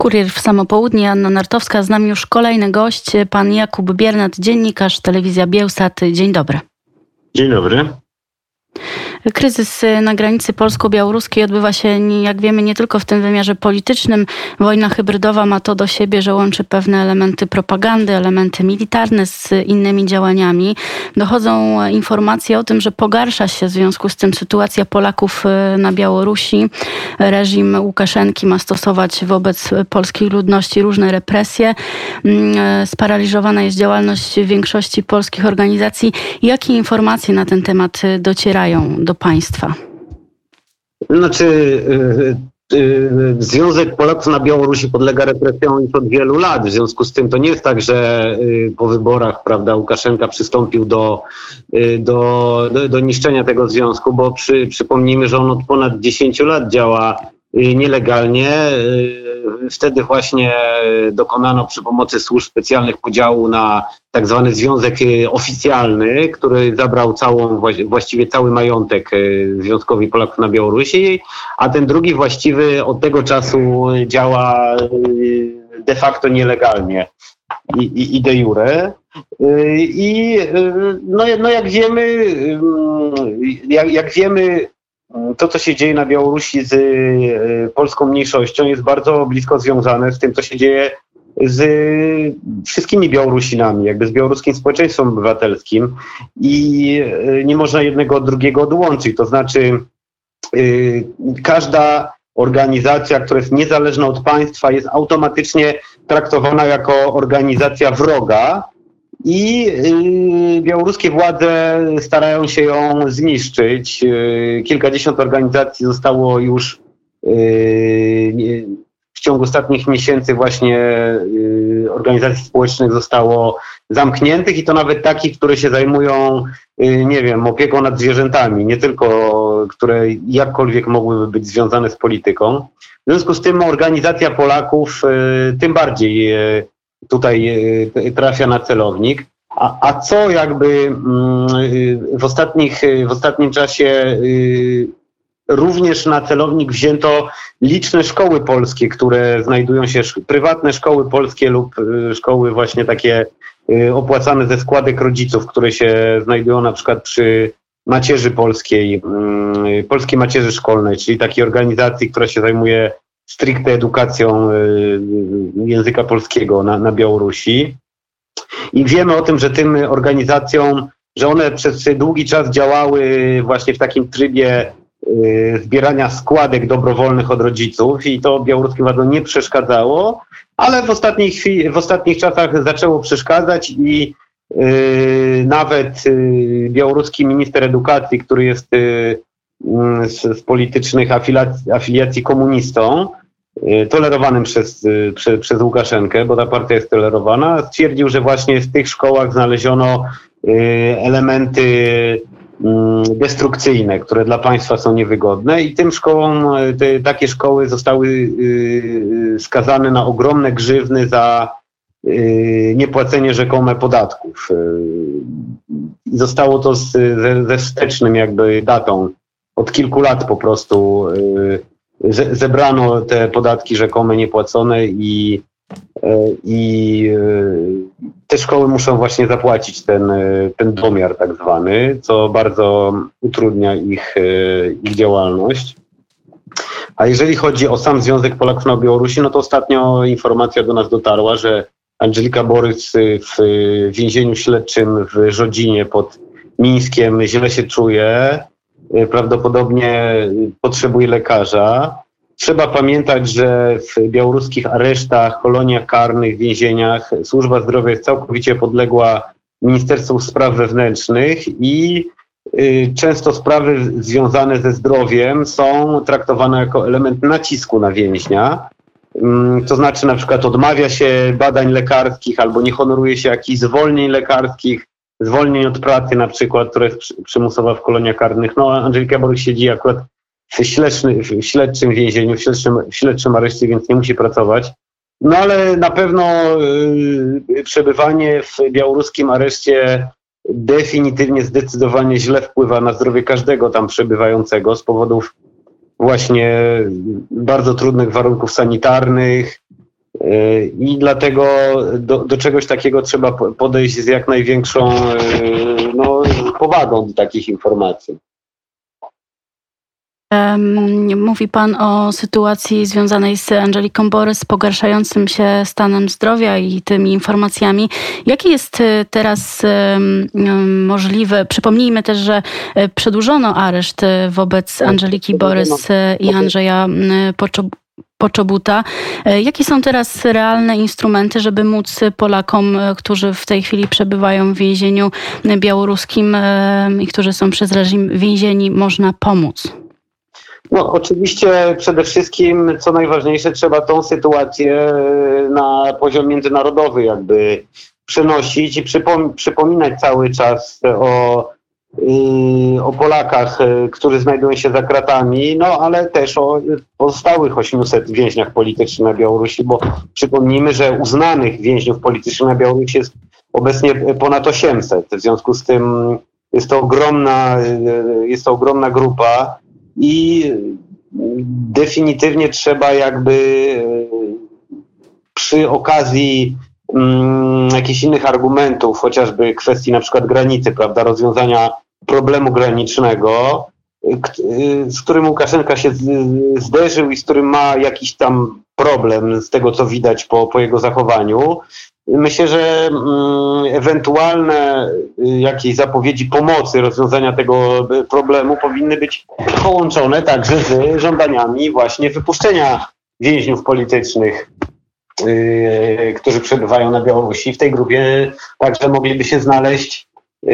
Kurier w samo południe, Anna Nartowska. Z nami już kolejny gość, pan Jakub Biernat, dziennikarz, telewizja Biełsat. Dzień dobry. Dzień dobry. Kryzys na granicy polsko-białoruskiej odbywa się, jak wiemy, nie tylko w tym wymiarze politycznym. Wojna hybrydowa ma to do siebie, że łączy pewne elementy propagandy, elementy militarne z innymi działaniami. Dochodzą informacje o tym, że pogarsza się w związku z tym sytuacja Polaków na Białorusi. Reżim Łukaszenki ma stosować wobec polskiej ludności różne represje. Sparaliżowana jest działalność większości polskich organizacji. Jakie informacje na ten temat docierają do państwa? Związek Polaków na Białorusi podlega represjom już od wielu lat. W związku z tym to nie jest tak, że po wyborach, prawda, Łukaszenka przystąpił do niszczenia tego związku, bo przypomnijmy, że on od ponad 10 lat działa nielegalnie. Wtedy właśnie dokonano przy pomocy służb specjalnych podziału na tak zwany związek oficjalny, który zabrał właściwie cały majątek Związkowi Polaków na Białorusi, a ten drugi właściwy od tego czasu działa de facto nielegalnie i de jure. Jak wiemy, to, co się dzieje na Białorusi z polską mniejszością, jest bardzo blisko związane z tym, co się dzieje z wszystkimi Białorusinami, jakby z białoruskim społeczeństwem obywatelskim i nie można jednego od drugiego odłączyć. To znaczy każda organizacja, która jest niezależna od państwa, jest automatycznie traktowana jako organizacja wroga, i białoruskie władze starają się ją zniszczyć. Kilkadziesiąt organizacji zostało już w ciągu ostatnich miesięcy właśnie organizacji społecznych zostało zamkniętych i to nawet takich, które się zajmują, opieką nad zwierzętami, nie tylko które jakkolwiek mogłyby być związane z polityką. W związku z tym organizacja Polaków tym bardziej tutaj trafia na celownik. A co jakby w ostatnim czasie również na celownik wzięto liczne szkoły polskie, które znajdują się, prywatne szkoły polskie lub szkoły właśnie takie opłacane ze składek rodziców, które się znajdują na przykład przy macierzy polskiej macierzy szkolnej, czyli takiej organizacji, która się zajmuje stricte edukacją języka polskiego na Białorusi. I wiemy o tym, że tym organizacjom, że one przez długi czas działały właśnie w takim trybie zbierania składek dobrowolnych od rodziców i to białoruskim władzom nie przeszkadzało, ale w ostatnich czasach zaczęło przeszkadzać i nawet białoruski minister edukacji, który jest z politycznych afiliacji komunistą, tolerowanym przez Łukaszenkę, bo ta partia jest tolerowana, stwierdził, że właśnie w tych szkołach znaleziono elementy destrukcyjne, które dla państwa są niewygodne i tym szkołom takie szkoły zostały skazane na ogromne grzywny za niepłacenie rzekome podatków. Zostało to ze wstecznym jakby datą. Od kilku lat po prostu zebrano te podatki rzekome niepłacone i te szkoły muszą właśnie zapłacić ten domiar tak zwany, co bardzo utrudnia ich działalność. A jeżeli chodzi o sam Związek Polaków na Białorusi, no to ostatnio informacja do nas dotarła, że Andżelika Borys w więzieniu śledczym w Żodzinie pod Mińskiem źle się czuje, prawdopodobnie potrzebuje lekarza. Trzeba pamiętać, że w białoruskich aresztach, koloniach karnych, więzieniach służba zdrowia jest całkowicie podległa Ministerstwu Spraw Wewnętrznych i często sprawy związane ze zdrowiem są traktowane jako element nacisku na więźnia. To znaczy na przykład odmawia się badań lekarskich albo nie honoruje się jakichś zwolnień lekarskich, zwolnień od pracy na przykład, która jest przymusowa w koloniach karnych. No, Andżelika Borys siedzi akurat w śledczym więzieniu, w śledczym areszcie, więc nie musi pracować. No ale na pewno przebywanie w białoruskim areszcie definitywnie, zdecydowanie źle wpływa na zdrowie każdego tam przebywającego z powodów właśnie bardzo trudnych warunków sanitarnych, I dlatego do czegoś takiego trzeba podejść z jak największą powagą do takich informacji. Mówi Pan o sytuacji związanej z Angeliką Borys, z pogarszającym się stanem zdrowia i tymi informacjami. Jaki jest teraz możliwy? Przypomnijmy też, że przedłużono areszt wobec Angeliki Borys i Andrzeja Poczobuta. Jakie są teraz realne instrumenty, żeby móc Polakom, którzy w tej chwili przebywają w więzieniu białoruskim i którzy są przez reżim więzieni, można pomóc? No oczywiście przede wszystkim, co najważniejsze, trzeba tą sytuację na poziom międzynarodowy jakby przenosić i przypominać cały czas o Polakach, którzy znajdują się za kratami, no ale też o pozostałych 800 więźniach politycznych na Białorusi, bo przypomnijmy, że uznanych więźniów politycznych na Białorusi jest obecnie ponad 800. W związku z tym jest to ogromna grupa i definitywnie trzeba jakby przy okazji jakichś innych argumentów, chociażby kwestii na przykład granicy, prawda, rozwiązania problemu granicznego, z którym Łukaszenka się zderzył i z którym ma jakiś tam problem z tego, co widać po jego zachowaniu. Myślę, że ewentualne jakieś zapowiedzi pomocy, rozwiązania tego problemu powinny być połączone także z żądaniami właśnie wypuszczenia więźniów politycznych, którzy przebywają na Białorusi. W tej grupie także mogliby się znaleźć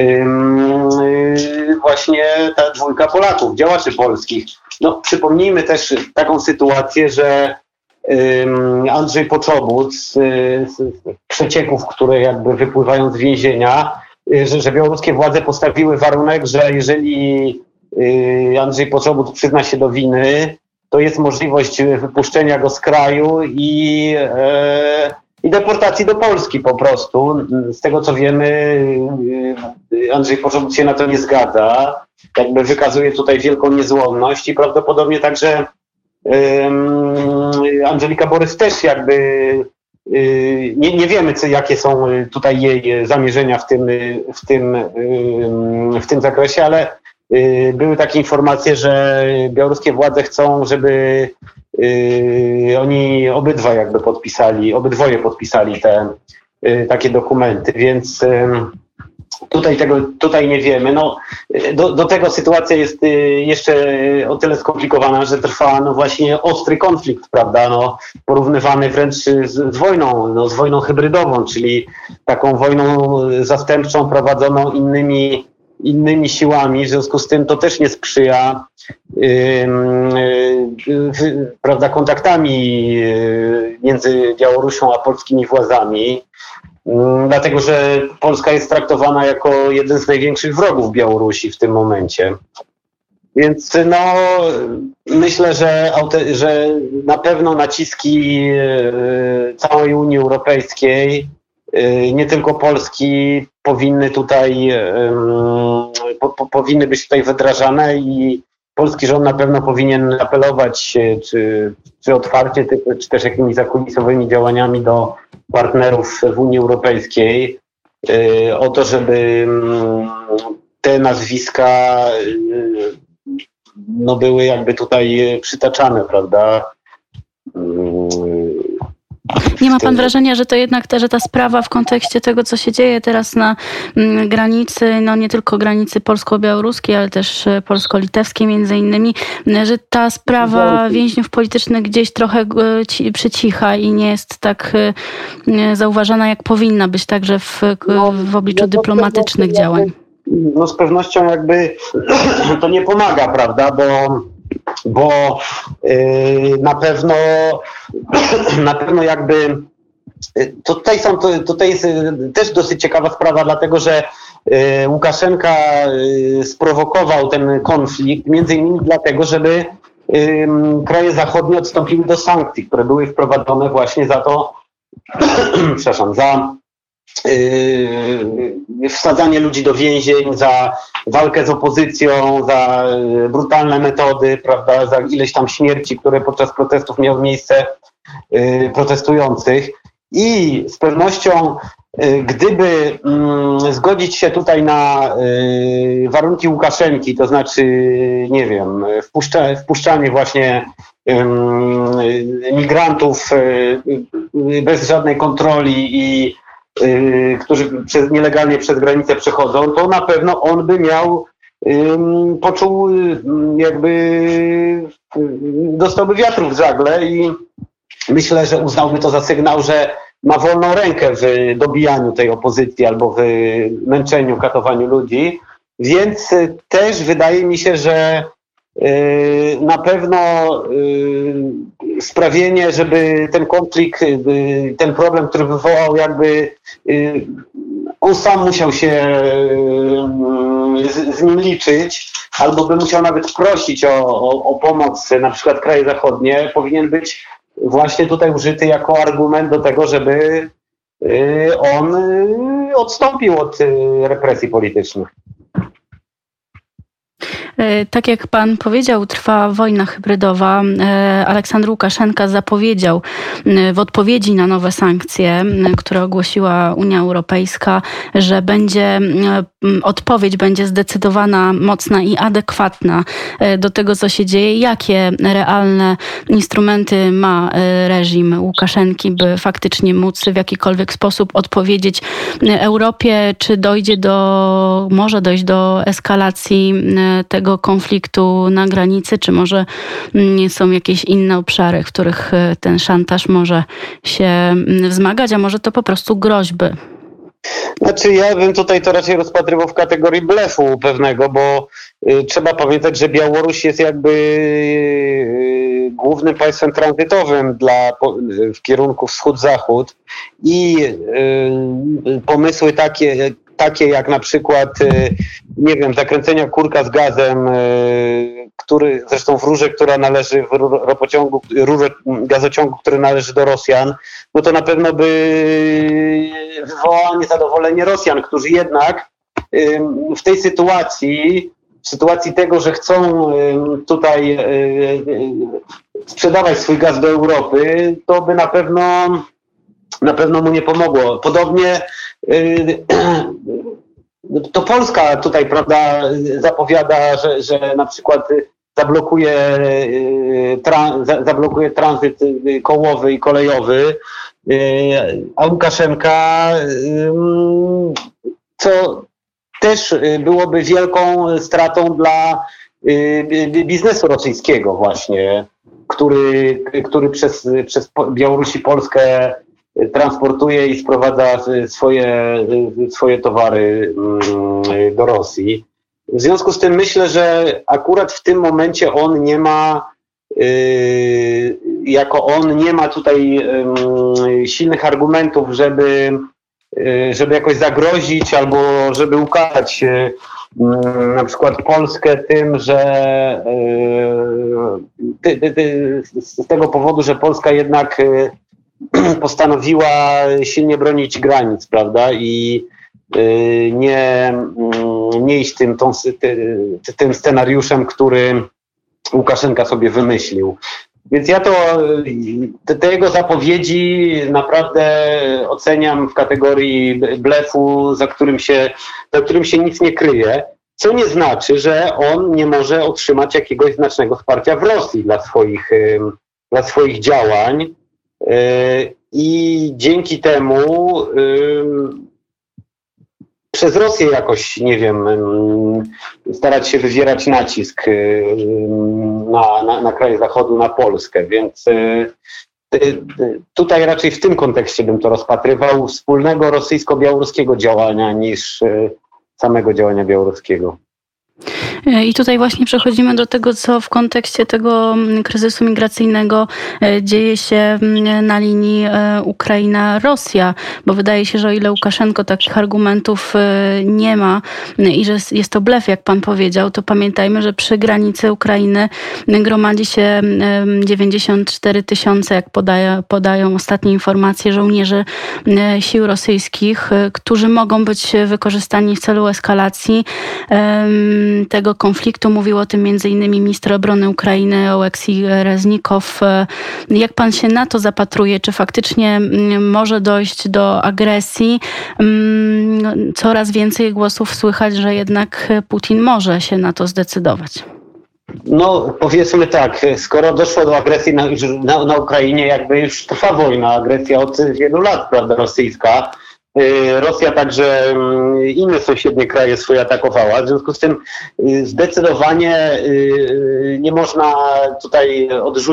właśnie ta dwójka Polaków, działaczy polskich. No, przypomnijmy też taką sytuację, że Andrzej Poczobut z przecieków, które jakby wypływają z więzienia, że białoruskie władze postawiły warunek, że jeżeli Andrzej Poczobut przyzna się do winy, to jest możliwość wypuszczenia go z kraju i deportacji do Polski po prostu. Z tego co wiemy, Andrzej Poczobut się na to nie zgadza. Jakby wykazuje tutaj wielką niezłomność i prawdopodobnie także Angelika Borys też jakby nie wiemy, jakie są tutaj jej zamierzenia w tym zakresie, ale były takie informacje, że białoruskie władze chcą, żeby oni obydwoje podpisali te takie dokumenty, więc tutaj nie wiemy. No, do tego sytuacja jest jeszcze o tyle skomplikowana, że trwa no właśnie ostry konflikt, prawda, no, porównywany wręcz z wojną, no, z wojną hybrydową, czyli taką wojną zastępczą prowadzoną innymi siłami. W związku z tym to też nie sprzyja prawda, kontaktami między Białorusią a polskimi władzami. Dlatego, że Polska jest traktowana jako jeden z największych wrogów Białorusi w tym momencie. Więc no, myślę, że na pewno naciski całej Unii Europejskiej, nie tylko Polski, powinny być tutaj wdrażane i polski rząd na pewno powinien apelować, czy otwarcie, czy też jakimiś zakulisowymi działaniami do partnerów w Unii Europejskiej o to, żeby te nazwiska no, były jakby tutaj przytaczane, prawda? Nie ma pan wrażenia, że to jednak że ta sprawa w kontekście tego, co się dzieje teraz na granicy, no nie tylko granicy polsko-białoruskiej, ale też polsko-litewskiej między innymi, że ta sprawa więźniów politycznych gdzieś trochę przycicha i nie jest tak zauważana, jak powinna być także w obliczu dyplomatycznych działań? No z pewnością jakby to nie pomaga, prawda, bo na pewno jakby tutaj jest też dosyć ciekawa sprawa, dlatego że Łukaszenka sprowokował ten konflikt między innymi dlatego, żeby kraje zachodnie odstąpiły do sankcji, które były wprowadzone właśnie za to, za wsadzanie ludzi do więzień za walkę z opozycją, za brutalne metody, prawda, za ileś tam śmierci, które podczas protestów miały miejsce protestujących. I z pewnością, gdyby zgodzić się tutaj na warunki Łukaszenki, to znaczy, nie wiem, wpuszczanie właśnie migrantów bez żadnej kontroli i którzy nielegalnie przez granicę przechodzą, to na pewno on by poczuł dostałby wiatru w żagle i myślę, że uznałby to za sygnał, że ma wolną rękę w dobijaniu tej opozycji albo w męczeniu, katowaniu ludzi. Więc też wydaje mi się, że na pewno sprawienie, żeby ten konflikt, ten problem, który wywołał, on sam musiał się z nim liczyć, albo by musiał nawet prosić o pomoc, na przykład kraje zachodnie, powinien być właśnie tutaj użyty jako argument do tego, żeby on odstąpił od represji politycznych. Tak jak pan powiedział, trwa wojna hybrydowa. Aleksander Łukaszenka zapowiedział w odpowiedzi na nowe sankcje, które ogłosiła Unia Europejska, że odpowiedź będzie zdecydowana, mocna i adekwatna do tego, co się dzieje. Jakie realne instrumenty ma reżim Łukaszenki, by faktycznie móc w jakikolwiek sposób odpowiedzieć Europie? Czy może dojść do eskalacji tego konfliktu na granicy, czy może są jakieś inne obszary, w których ten szantaż może się wzmagać, a może to po prostu groźby? Znaczy ja bym tutaj to raczej rozpatrywał w kategorii blefu pewnego, bo trzeba pamiętać, że Białoruś jest głównym państwem tranzytowym w kierunku wschód-zachód i pomysły takie jak na przykład, nie wiem, zakręcenia kurka z gazem, który zresztą w rurze, która należy rurze gazociągu, który należy do Rosjan, no to na pewno by wywołało niezadowolenie Rosjan, którzy jednak w tej sytuacji tego, że chcą tutaj sprzedawać swój gaz do Europy, to by na pewno mu nie pomogło. Podobnie to Polska tutaj, prawda, zapowiada, że na przykład zablokuje tranzyt kołowy i kolejowy, a Łukaszenka, co też byłoby wielką stratą dla biznesu rosyjskiego właśnie, który przez Białoruś i Polskę transportuje i sprowadza swoje towary do Rosji. W związku z tym myślę, że akurat w tym momencie on nie ma tutaj silnych argumentów, żeby jakoś zagrozić albo żeby ukarać na przykład Polskę tym, że z tego powodu, że Polska jednak postanowiła silnie bronić granic, prawda, i nie iść tym scenariuszem, który Łukaszenka sobie wymyślił. Więc ja te jego zapowiedzi naprawdę oceniam w kategorii blefu, za którym się nic nie kryje, co nie znaczy, że on nie może otrzymać jakiegoś znacznego wsparcia w Rosji dla swoich działań. I dzięki temu przez Rosję jakoś, nie wiem, starać się wywierać nacisk na kraje Zachodu, na Polskę. Więc tutaj raczej w tym kontekście bym to rozpatrywał, wspólnego rosyjsko-białoruskiego działania niż samego działania białoruskiego. I tutaj właśnie przechodzimy do tego, co w kontekście tego kryzysu migracyjnego dzieje się na linii Ukraina-Rosja, bo wydaje się, że o ile Łukaszenko takich argumentów nie ma i że jest to blef, jak pan powiedział, to pamiętajmy, że przy granicy Ukrainy gromadzi się 94 000, jak podają ostatnie informacje, żołnierzy sił rosyjskich, którzy mogą być wykorzystani w celu eskalacji tego konfliktu. Mówił o tym m.in. minister obrony Ukrainy Oleksij Reznikow. Jak pan się na to zapatruje? Czy faktycznie może dojść do agresji? Coraz więcej głosów słychać, że jednak Putin może się na to zdecydować. No powiedzmy tak, skoro doszło do agresji na Ukrainie, jakby już trwa wojna, agresja od wielu lat, prawda, rosyjska. Rosja, także inne sąsiednie kraje swoje atakowała. W związku z tym zdecydowanie nie można tutaj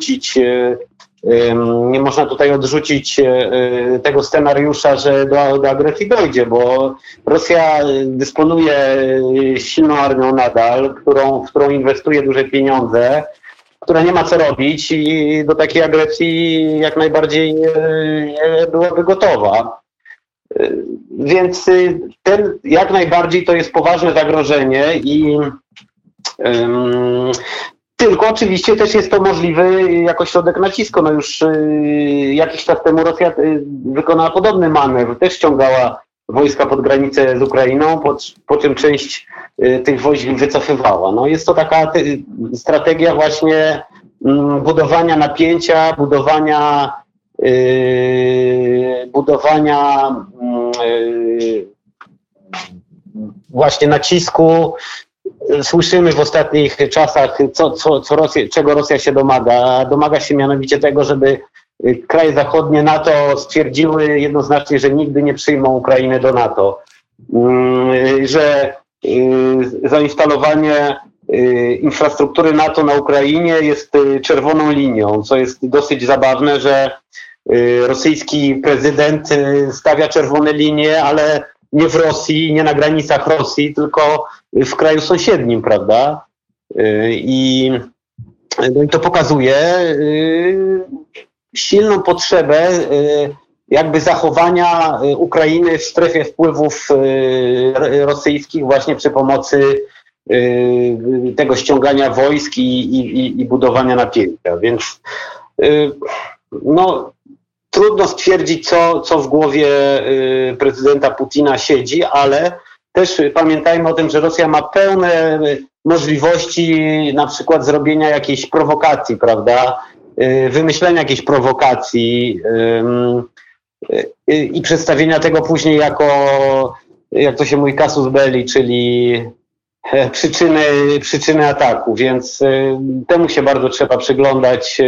odrzucić tego scenariusza, że do agresji dojdzie, bo Rosja dysponuje silną armią nadal, w którą inwestuje duże pieniądze, która nie ma co robić i do takiej agresji jak najbardziej byłaby gotowa. Więc jak najbardziej to jest poważne zagrożenie i tylko oczywiście też jest to możliwy jako środek nacisku. No już jakiś czas temu Rosja wykonała podobny manewr, też ściągała wojska pod granicę z Ukrainą, po czym część tych wojsk wycofywała. No jest to taka strategia właśnie budowania napięcia, budowania właśnie nacisku. Słyszymy w ostatnich czasach, czego Rosja się domaga. Domaga się mianowicie tego, żeby kraje zachodnie NATO stwierdziły jednoznacznie, że nigdy nie przyjmą Ukrainy do NATO. Że zainstalowanie infrastruktury NATO na Ukrainie jest czerwoną linią, co jest dosyć zabawne, że rosyjski prezydent stawia czerwone linie, ale nie w Rosji, nie na granicach Rosji, tylko w kraju sąsiednim, prawda? I to pokazuje silną potrzebę jakby zachowania Ukrainy w strefie wpływów rosyjskich właśnie przy pomocy tego ściągania wojsk i budowania napięcia. Więc no, trudno stwierdzić, co w głowie prezydenta Putina siedzi, ale też pamiętajmy o tym, że Rosja ma pełne możliwości na przykład zrobienia jakiejś prowokacji, prawda? Wymyślenia jakiejś prowokacji i przedstawienia tego później jako, jak to się mówi, casus belli, czyli przyczyny ataku, więc temu się bardzo trzeba przyglądać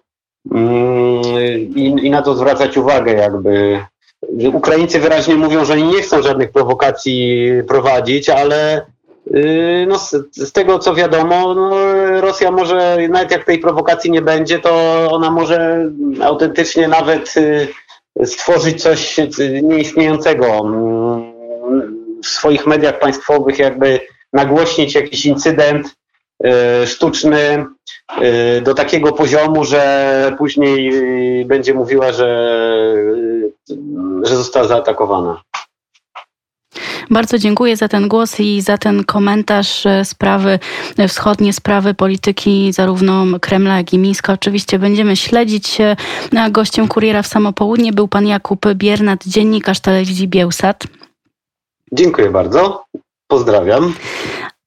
i na to zwracać uwagę jakby. Ukraińcy wyraźnie mówią, że oni nie chcą żadnych prowokacji prowadzić, ale no, z tego co wiadomo, no, Rosja może, nawet jak tej prowokacji nie będzie, to ona może autentycznie nawet stworzyć coś nieistniejącego w swoich mediach państwowych, jakby nagłośnić jakiś incydent sztuczny do takiego poziomu, że później będzie mówiła, że została zaatakowana. Bardzo dziękuję za ten głos i za ten komentarz. Sprawy wschodnie, sprawy polityki zarówno Kremla, jak i Mińska oczywiście będziemy śledzić. A gościem Kuriera w samo południe był pan Jakub Biernat, dziennikarz telewizji Biełsat. Dziękuję bardzo. Pozdrawiam.